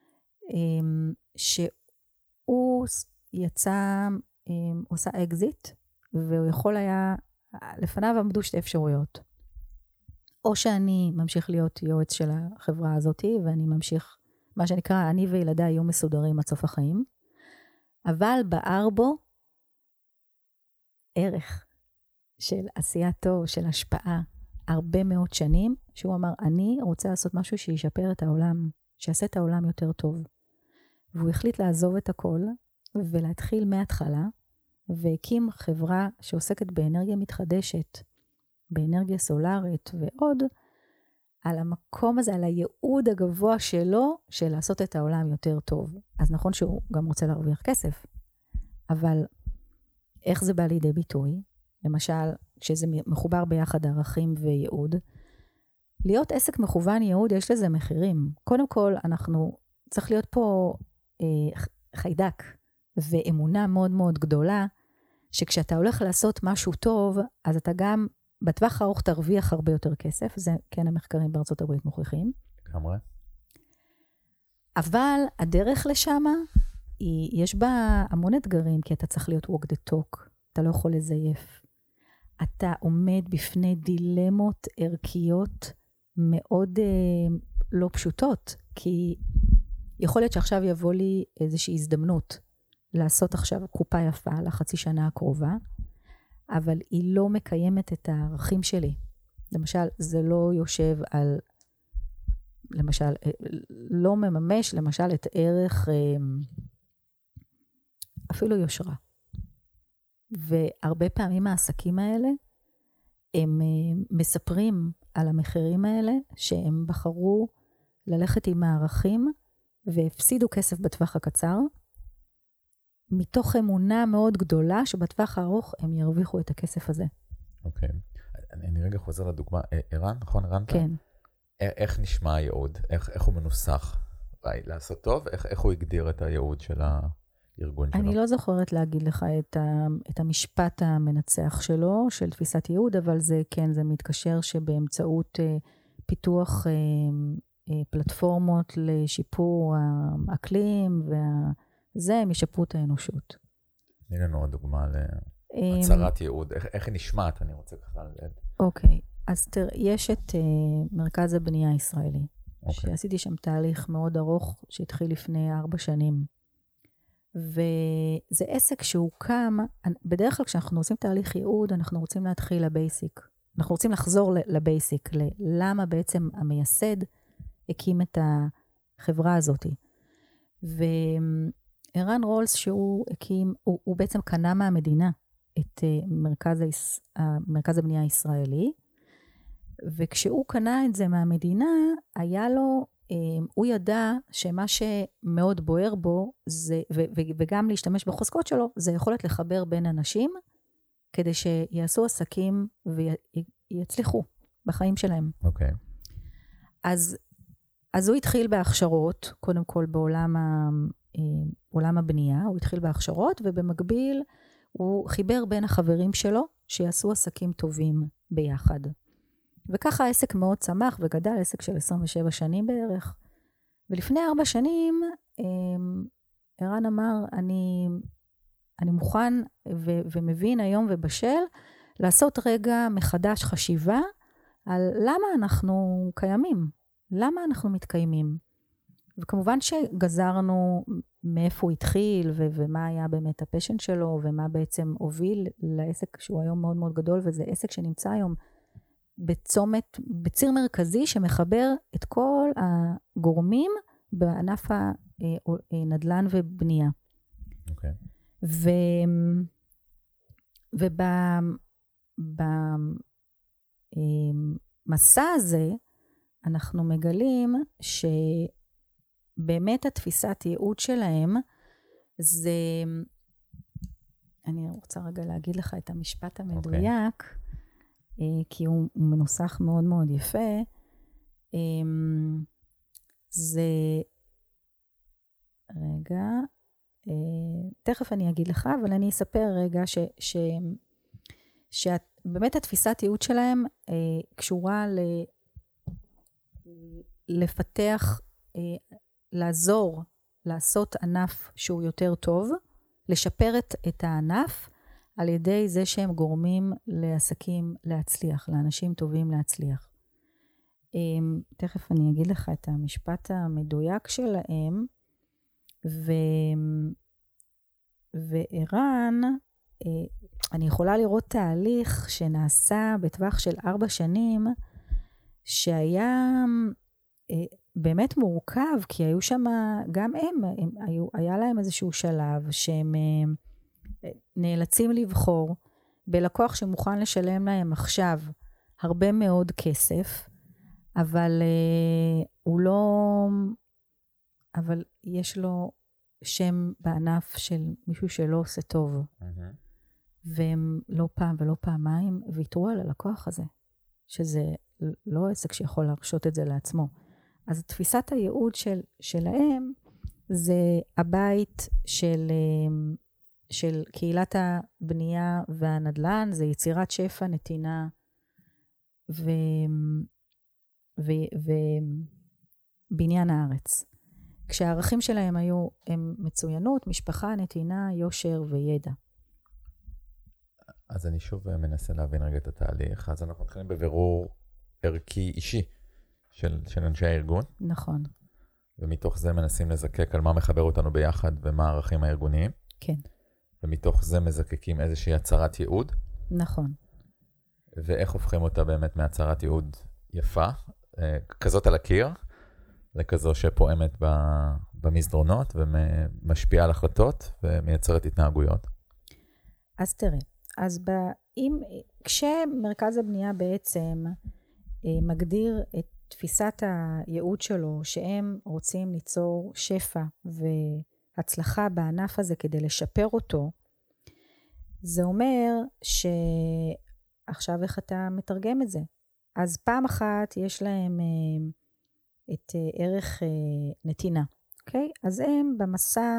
שהוא יצא, עושה אקזיט, והוא יכול היה, לפניו עמדו שתי אפשרויות. או שאני ממשיך להיות יועץ של החברה הזאת, ואני ממשיך, מה שנקרא, אני וילדיי יהיו מסודרים עד סוף החיים, אבל בער בו ערך של עשייה טוב, של השפעה, הרבה מאוד שנים, שהוא אמר, אני רוצה לעשות משהו שישפר את העולם, שיעשה את העולם יותר טוב. והוא החליט לעזוב את הכל, ולהתחיל מההתחלה, והקים חברה שעוסקת באנרגיה מתחדשת, באנרגיה סולרית ועוד, על המקום הזה, על הייעוד הגבוה שלו, של לעשות את העולם יותר טוב. אז נכון שהוא גם רוצה להרוויח כסף, אבל איך זה בא לידי ביטוי? למשל, כשזה מחובר ביחד ערכים וייעוד, להיות עסק מכוון ייעוד, יש לזה מחירים. קודם כל, צריך להיות פה חיידק, ואמונה מאוד מאוד גדולה, שכשאתה הולך לעשות משהו טוב, אז אתה גם בטווח הארוך תרוויח הרבה יותר כסף, זה כן המחקרים בארצות הברית מוכיחים. כמובן. אבל הדרך לשם, יש בה המון אתגרים, כי אתה צריך להיות walk the talk, אתה לא יכול לזייף. אתה עומד בפני דילמות ערכיות מאוד לא פשוטות, כי יכול להיות שעכשיו יבוא לי איזושהי הזדמנות, לעשות עכשיו קופה יפה לחצי שנה הקרובה, אבל היא לא מקיימת את הערכים שלי. למשל, זה לא יושב על, למשל, לא מממש, למשל, את ערך, אפילו יושרה. והרבה פעמים העסקים האלה, הם מספרים על המחירים האלה, שהם בחרו ללכת עם הערכים, והפסידו כסף בטווח הקצר, מתוך אמונה מאוד גדולה, שבטווח הארוך הם ירוויחו את הכסף הזה. אוקיי. אני רגע חוזר לדוגמה. ערן, נכון? ערן? כן. איך נשמע הייעוד? איך הוא מנוסח? לעשות טוב? איך הוא הגדיר את הייעוד של הארגון שלו? אני לא זוכרת להגיד לך את המשפט המנצח שלו, של תפיסת ייעוד, אבל זה כן, זה מתקשר שבאמצעות פיתוח פלטפורמות לשיפור האקלים זה, הם ישפרו את האנושות. תני לנו עוד דוגמה להצהרת ייעוד. איך היא נשמעת? אני רוצה ככה לדעת. אוקיי. אז יש את מרכז הבנייה הישראלי, שעשיתי שם תהליך מאוד ארוך, שהתחיל לפני 4 שנים. וזה עסק שהוקם, בדרך כלל כשאנחנו עושים תהליך ייעוד, אנחנו רוצים להתחיל לבייסיק. אנחנו רוצים לחזור לבייסיק, למה בעצם המייסד הקים את החברה הזאת. ערן רולס שהוא הקים, הוא בעצם קנה מהמדינה את מרכז הבנייה הישראלי, וכשהוא קנה את זה מהמדינה, היה לו, הוא ידע שמה שמאוד בוער בו, וגם להשתמש בחוזקות שלו, זה יכולת לחבר בין אנשים, כדי שיעשו עסקים ויצליחו בחיים שלהם. אוקיי. אז הוא התחיל בהכשרות, קודם כל בעולם הבנייה, הוא התחיל בהכשרות, ובמקביל הוא חיבר בין החברים שלו, שיעשו עסקים טובים ביחד. וככה העסק מאוד צמח וגדל, עסק של 27 שנים בערך. ולפני 4 שנים, ערן אמר, אני מוכן ומבין היום ובשל, לעשות רגע מחדש חשיבה, על למה אנחנו קיימים, למה אנחנו מתקיימים. וכמובן שגזרנו מאיפה הוא התחיל, ומה היה באמת הפשן שלו, ומה בעצם הוביל לעסק שהוא היום מאוד מאוד גדול, וזה עסק שנמצא היום בציר מרכזי, שמחבר את כל הגורמים בענף הנדל"ן ובנייה. אוקיי. ובמסע הזה, אנחנו מגלים שבאמת התפיסת ייעוד שלהם, זה, אני רוצה רגע להגיד לך את המשפט המדויק, כי הוא מנוסח מאוד מאוד יפה, זה, רגע, תכף אני אגיד לך, אבל אני אספר רגע שבאמת התפיסת ייעוד שלהם קשורה לפתח, לעזור, לעשות ענף שהוא יותר טוב, לשפר את הענף על ידי זה שהם גורמים לעסקים להצליח, לאנשים טובים להצליח. תכף אני אגיד לך את המשפט המדויק שלהם, וערן, אני יכולה לראות תהליך שנעשה בטווח של 4 שנים, שהיה באמת מורכב, כי היו שם, גם היה להם איזשהו שלב, שהם נאלצים לבחור בלקוח שמוכן לשלם להם עכשיו הרבה מאוד כסף, אבל הוא לא, אבל יש לו שם בענף של מישהו שלא עושה טוב. והם לא פעם ולא פעמיים ויתרו על הלקוח הזה, שזה לא עסק שיכול להרשות את זה לעצמו. אז תפיסת הייעוד שלהם, זה הבית של קהילת הבנייה והנדל"ן, זה יצירת שפע, נתינה ובניין הארץ. כשהערכים שלהם היו, הם מצוינות, משפחה, נתינה, יושר וידע. אז אני שוב מנסה להבין רגע את התהליך. אז אנחנו מתחילים בבירור ערכי אישי של אנשי הארגון. נכון. ומתוך זה מנסים לזקק על מה מחבר אותנו ביחד ומה הערכים הארגוניים. כן. ומתוך זה מזקקים איזושהי הצהרת ייעוד. נכון. ואיך הופכים אותה באמת מהצהרת ייעוד יפה, כזאת על הקיר, לכזו שפועמת במסדרונות ומשפיעה על החלטות ומייצרת התנהגויות. אז תראה, אז כשמרכז הבנייה בעצם מגדיר את תפיסת הייעוד שלו, שהם רוצים ליצור שפע והצלחה בענף הזה כדי לשפר אותו, זה אומר שעכשיו איך אתה מתרגם את זה? אז פעם אחת יש להם את ערך נתינה, אוקיי? אז הם במסע,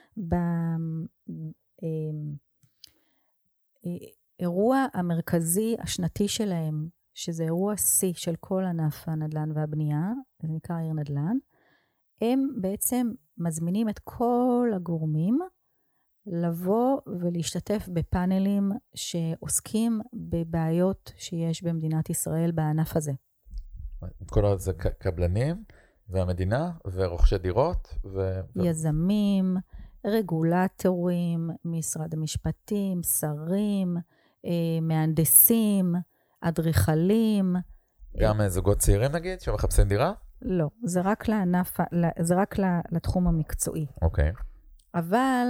אירוע המרכזי השנתי שלהם, שזה אירוע C של כל ענף הנדל"ן והבנייה, זה נקרא עיר נדל"ן, הם בעצם מזמינים את כל הגורמים לבוא ולהשתתף בפאנלים שעוסקים בבעיות שיש במדינת ישראל בענף הזה. כל זה קבלנים והמדינה ורוכשי דירות יזמים, רגולטורים, משרד המשפטים, שרים, מהנדסים, אדריכלים. גם זוגות צעירים נגיד שמחפשים דירה? לא, זה רק לענף, זה רק לתחום המקצועי. אוקיי. אבל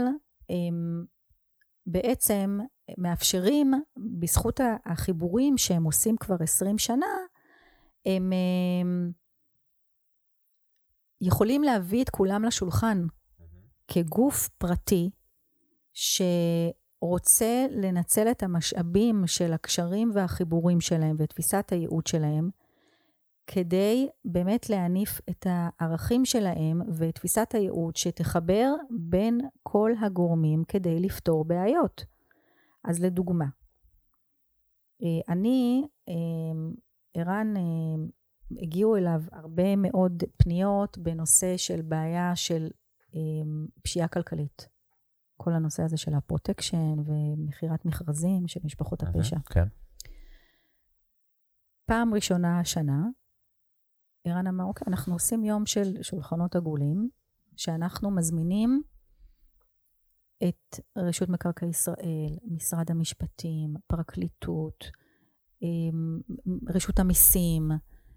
בעצם מאפשרים, בזכות החיבורים שהם עושים כבר 20 שנה, הם יכולים להביא את כולם לשולחן כגוף פרטי שרוצה לנצל את המשאבים של הקשרים והחיבורים שלהם ותפיסת הייעוד שלהם, כדי באמת להניף את הערכים שלהם ותפיסת הייעוד שתחבר בין כל הגורמים כדי לפתור בעיות. אז לדוגמה, ערן, הגיעו אליו הרבה מאוד פניות בנושא של בעיה של פשיעה כלכלית. כל הנושא הזה של הפרוטקשן ומחירת מכרזים של משפחות הפשע. כן. פעם ראשונה השנה, ערן אמר, אוקיי, אנחנו עושים יום של שולחנות עגולים, שאנחנו מזמינים את רשות מקרקעי ישראל, משרד המשפטים, פרקליטות, רשות המיסים,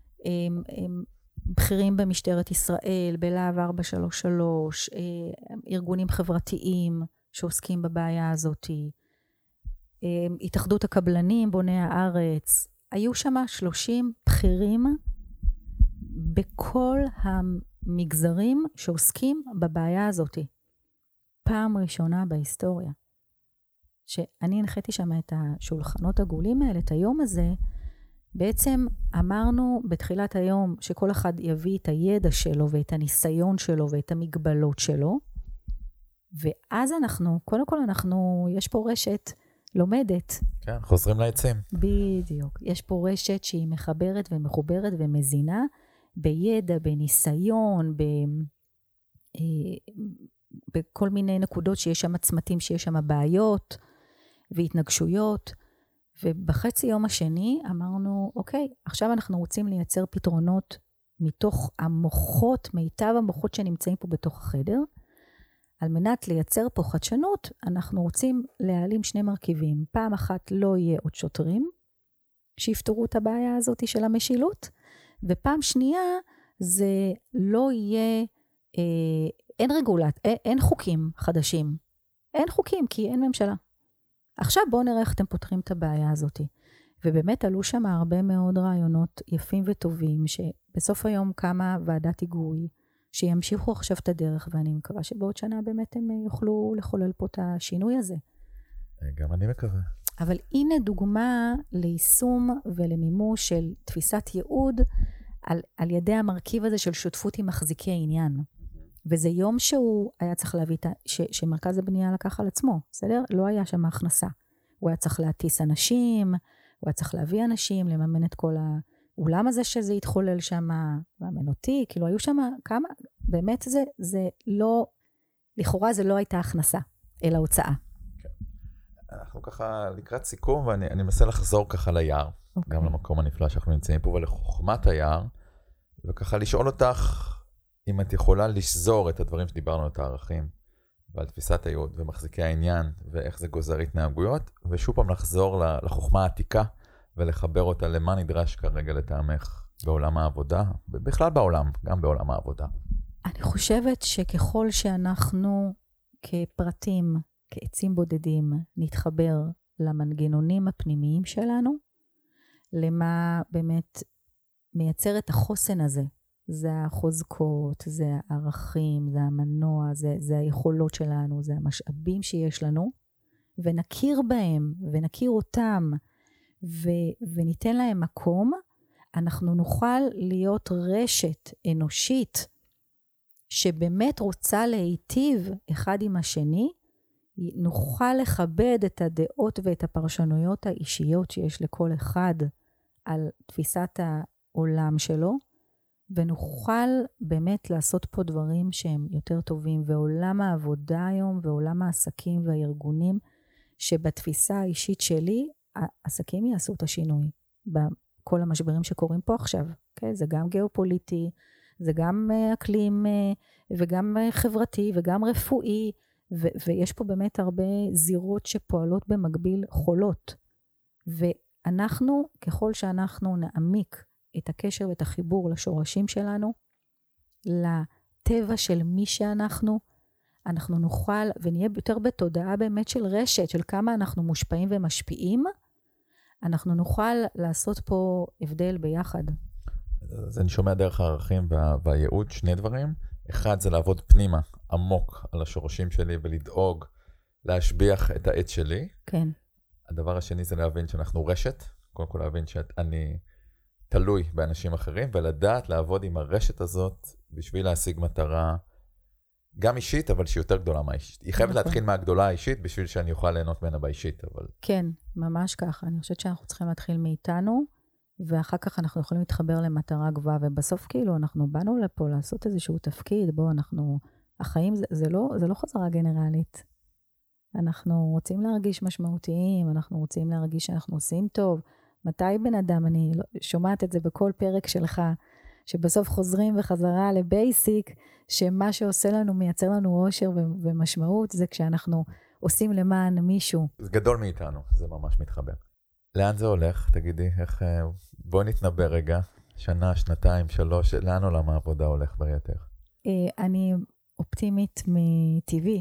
בכירים במשטרת ישראל, בלהב 433, ארגונים חברתיים, שעוסקים בבעיה הזאת, התאחדות הקבלנים, בוני הארץ, היו שם 30 בכירים בכל המגזרים שעוסקים בבעיה הזאת. פעם ראשונה בהיסטוריה. שאני הנחיתי שם את השולחנות עגולים האלה, את היום הזה, בעצם אמרנו בתחילת היום שכל אחד יביא את הידע שלו ואת הניסיון שלו ואת המגבלות שלו, ואז קודם כל יש פה רשת לומדת. כן, חוזרים לעצים. בדיוק. יש פה רשת שהיא מחברת ומחוברת ומזינה, בידע, בניסיון, בכל מיני נקודות שיש שם צמתים, שיש שם בעיות והתנגשויות. ובחצי יום השני אמרנו, אוקיי, עכשיו אנחנו רוצים לייצר פתרונות מתוך המוחות, מיטב המוחות שנמצאים פה בתוך החדר. על מנת לייצר פה חדשנות, אנחנו רוצים להעלים שני מרכיבים. פעם אחת לא יהיה עוד שוטרים שיפתרו את הבעיה הזאת של המשילות, ופעם שנייה זה לא יהיה, אין חוקים חדשים. אין חוקים כי אין ממשלה. עכשיו בואו נראה איך אתם פותרים את הבעיה הזאת. ובאמת עלו שם הרבה מאוד רעיונות יפים וטובים, שבסוף היום קמה ועדת היגוי, שימשיכו עכשיו את הדרך, ואני מקווה שבעוד שנה באמת הם יוכלו לחולל פה את השינוי הזה. גם אני מקווה. אבל הנה דוגמה ליישום ולמימוש של תפיסת ייעוד, על ידי המרכיב הזה של שותפות עם מחזיקי העניין. וזה יום שהוא היה צריך להביא, שמרכז הבנייה לקח על עצמו, בסדר? לא היה שם הכנסה. הוא היה צריך להטיס אנשים, הוא היה צריך להביא אנשים, לממן את כל האולם הזה שזה יתחולל שם, מאמן אותי, כאילו היו שם כמה, באמת זה לא, לכאורה זה לא הייתה הכנסה, אלא הוצאה. כן. אנחנו ככה לקראת סיכום, ואני מנסה לחזור ככה ליער, גם למקום הנפלא שאנחנו נמצאים פה, ולחוכמת היער, וככה לשאול אותך, אם את יכולה לשזור את הדברים שדיברנו, את הערכים, ועל תפיסת הייעוד ומחזיקי העניין, ואיך זה גוזר התנהגויות, ושוב פעם לחזור לחוכמה העתיקה, ולחבר אותה למה נדרש כרגע לטעמך בעולם העבודה, בכלל בעולם, גם בעולם העבודה. אני חושבת שככל שאנחנו כפרטים, כעצים בודדים, נתחבר למנגנונים הפנימיים שלנו, למה באמת מייצר את החוסן הזה, זה החוזקות, זה הערכים, זה המנוע, זה היכולות שלנו, זה המשאבים שיש לנו, ונכיר בהם, ונכיר אותם, וניתן להם מקום, אנחנו נוכל להיות רשת אנושית, שבאמת רוצה להיטיב אחד עם השני, נוכל לכבד את הדעות ואת הפרשנויות האישיות שיש לכל אחד, על תפיסת העולם שלו, ונוכל באמת לעשות פה דברים שהם יותר טובים, ועולם העבודה היום, ועולם העסקים והארגונים, שבתפיסה האישית שלי, העסקים יעשו את השינוי, בכל המשברים שקורים פה עכשיו, okay? זה גם גיאופוליטי, זה גם אקלים, וגם חברתי, וגם רפואי, ויש פה באמת הרבה זירות שפועלות במקביל חולות, ואנחנו, ככל שאנחנו נעמיק, את הקשר ואת החיבור לשורשים שלנו, לטבע של מי שאנחנו, אנחנו נוכל, ונהיה יותר בתודעה באמת של רשת, של כמה אנחנו מושפעים ומשפיעים, אנחנו נוכל לעשות פה הבדל ביחד. אז אני שומע דרך הערכים והייעוד שני דברים. אחד זה לעבוד פנימה, עמוק על השורשים שלי, ולדאוג להשביח את העץ שלי. כן. הדבר השני זה להבין שאנחנו רשת, קודם כל להבין שאני תלוי באנשים אחרים, ולדעת לעבוד עם הרשת הזאת, בשביל להשיג מטרה גם אישית, אבל שהיא יותר גדולה מהאישית. היא חייבת להתחיל מהגדולה האישית, בשביל שאני אוכל ליהנות ממנה באישית, אבל... כן, ממש ככה. אני חושבת שאנחנו צריכים להתחיל מאיתנו, ואחר כך אנחנו יכולים להתחבר למטרה גבוהה, ובסוף כאילו אנחנו באנו לפה לעשות איזשהו תפקיד, בוא אנחנו... החיים זה לא חזרה גנרלית. אנחנו רוצים להרגיש משמעותיים, אנחנו רוצים להרגיש שאנחנו עושים טוב. מתי בן אדם, אני שומעת את זה בכל פרק שלך, שבסוף חוזרים וחזרה לבייסיק, שמה שעושה לנו, מייצר לנו אושר ומשמעות, זה כשאנחנו עושים למען מישהו. זה גדול מאיתנו, זה ממש מתחבר. לאן זה הולך? תגידי, איך... בואי נתנבא רגע, שנה, שנתיים, 3, לאן עולם העבודה הולך ברייתך? אני אופטימית מטבעי.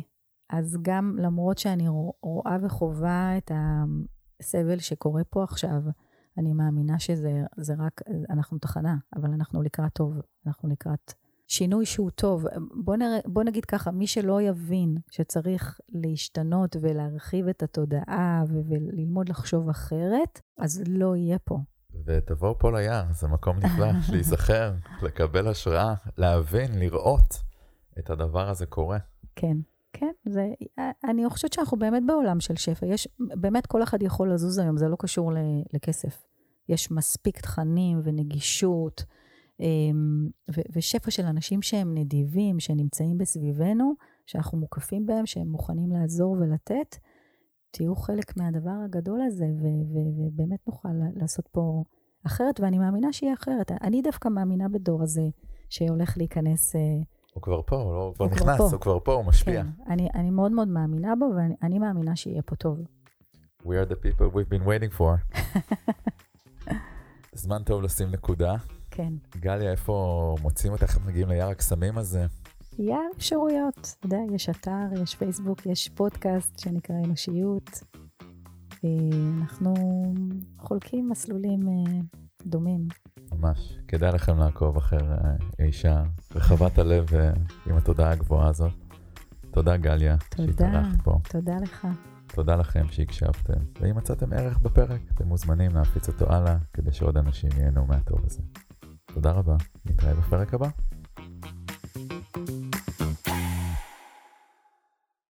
אז גם למרות שאני רואה וחובה את הסבל שקורה פה עכשיו, אני מאמינה שזה רק, אנחנו תחנה, אבל אנחנו לקראת טוב, אנחנו לקראת שינוי שהוא טוב. בוא נגיד ככה, מי שלא יבין שצריך להשתנות ולהרחיב את התודעה וללמוד לחשוב אחרת, אז לא יהיה פה. ותבואו פה ליער, זה מקום נפלא, להיזכר, לקבל השראה, להבין, לראות את הדבר הזה קורה. כן, כן. אני חושבת שאנחנו באמת בעולם של שפע. באמת כל אחד יכול לזוז היום, זה לא קשור לכסף. יש מספיק תכנים ונגישות, ושפע של אנשים שהם נדיבים, שנמצאים בסביבנו, שאנחנו מוקפים בהם, שהם מוכנים לעזור ולתת. תהיו חלק מהדבר הגדול הזה, ובאמת נוכל לעשות פה אחרת, ואני מאמינה שיהיה אחרת. אני דווקא מאמינה בדור הזה, שהולך להיכנס... הוא כבר פה, הוא כבר נכנס, הוא כבר פה, הוא משפיע. כן, אני מאוד מאוד מאמינה בו, ואני מאמינה שיהיה פה טוב. We are the people we've been waiting for. זמן טוב לשים נקודה. כן. גליה, איפה מוצאים אותך, איך מגיעים ליער הקסמים הזה? יער אפשרויות. אתה יודע, יש אתר, יש פייסבוק, יש פודקאסט שנקרא אנושיות. אנחנו חולקים מסלולים דומים. ממש. כדאי לכם לעקוב אחר האישה רחבת הלב עם התודעה הגבוהה הזאת. תודה גליה שהתארחת פה. תודה לך. תודה לכם שהקשבתם. ואם מצאתם ערך בפרק, אתם מוזמנים להפיץ אותו הלאה, כדי שעוד אנשים ייהנו מהטוב הזה. תודה רבה, נתראה בפרק הבא.